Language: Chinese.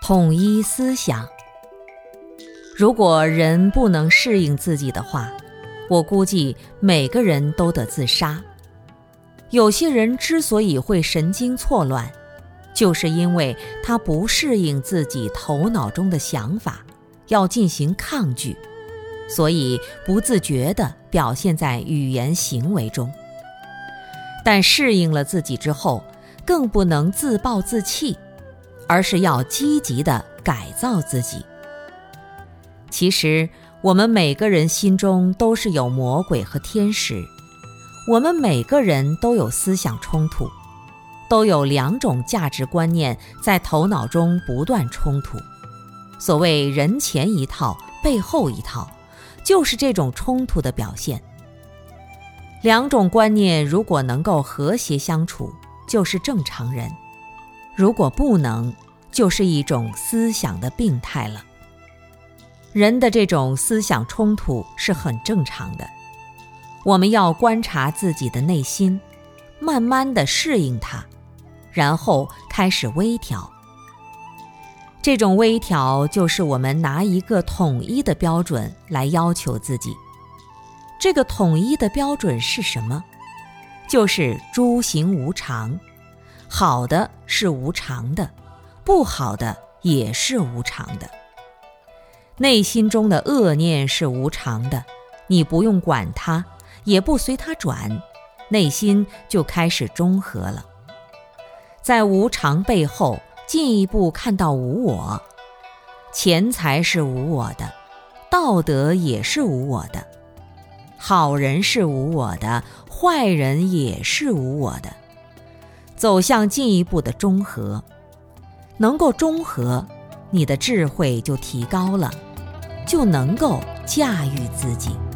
统一思想。如果人不能适应自己的话，我估计每个人都得自杀。有些人之所以会神经错乱，就是因为他不适应自己头脑中的想法，要进行抗拒，所以不自觉地表现在语言行为中。但适应了自己之后，更不能自暴自弃，而是要积极地改造自己。其实我们每个人心中都是有魔鬼和天使，我们每个人都有思想冲突，都有两种价值观念在头脑中不断冲突。所谓人前一套背后一套，就是这种冲突的表现。两种观念如果能够和谐相处，就是正常人；如果不能，就是一种思想的病态了。人的这种思想冲突是很正常的，我们要观察自己的内心，慢慢地适应它，然后开始微调。这种微调就是我们拿一个统一的标准来要求自己。这个统一的标准是什么？就是诸行无常，好的是无常的，不好的也是无常的。内心中的恶念是无常的，你不用管它，也不随它转，内心就开始中和了。在无常背后，进一步看到无我。钱财是无我的，道德也是无我的，好人是无我的，坏人也是无我的。走向进一步的中和，能够中和，你的智慧就提高了，就能够驾驭自己。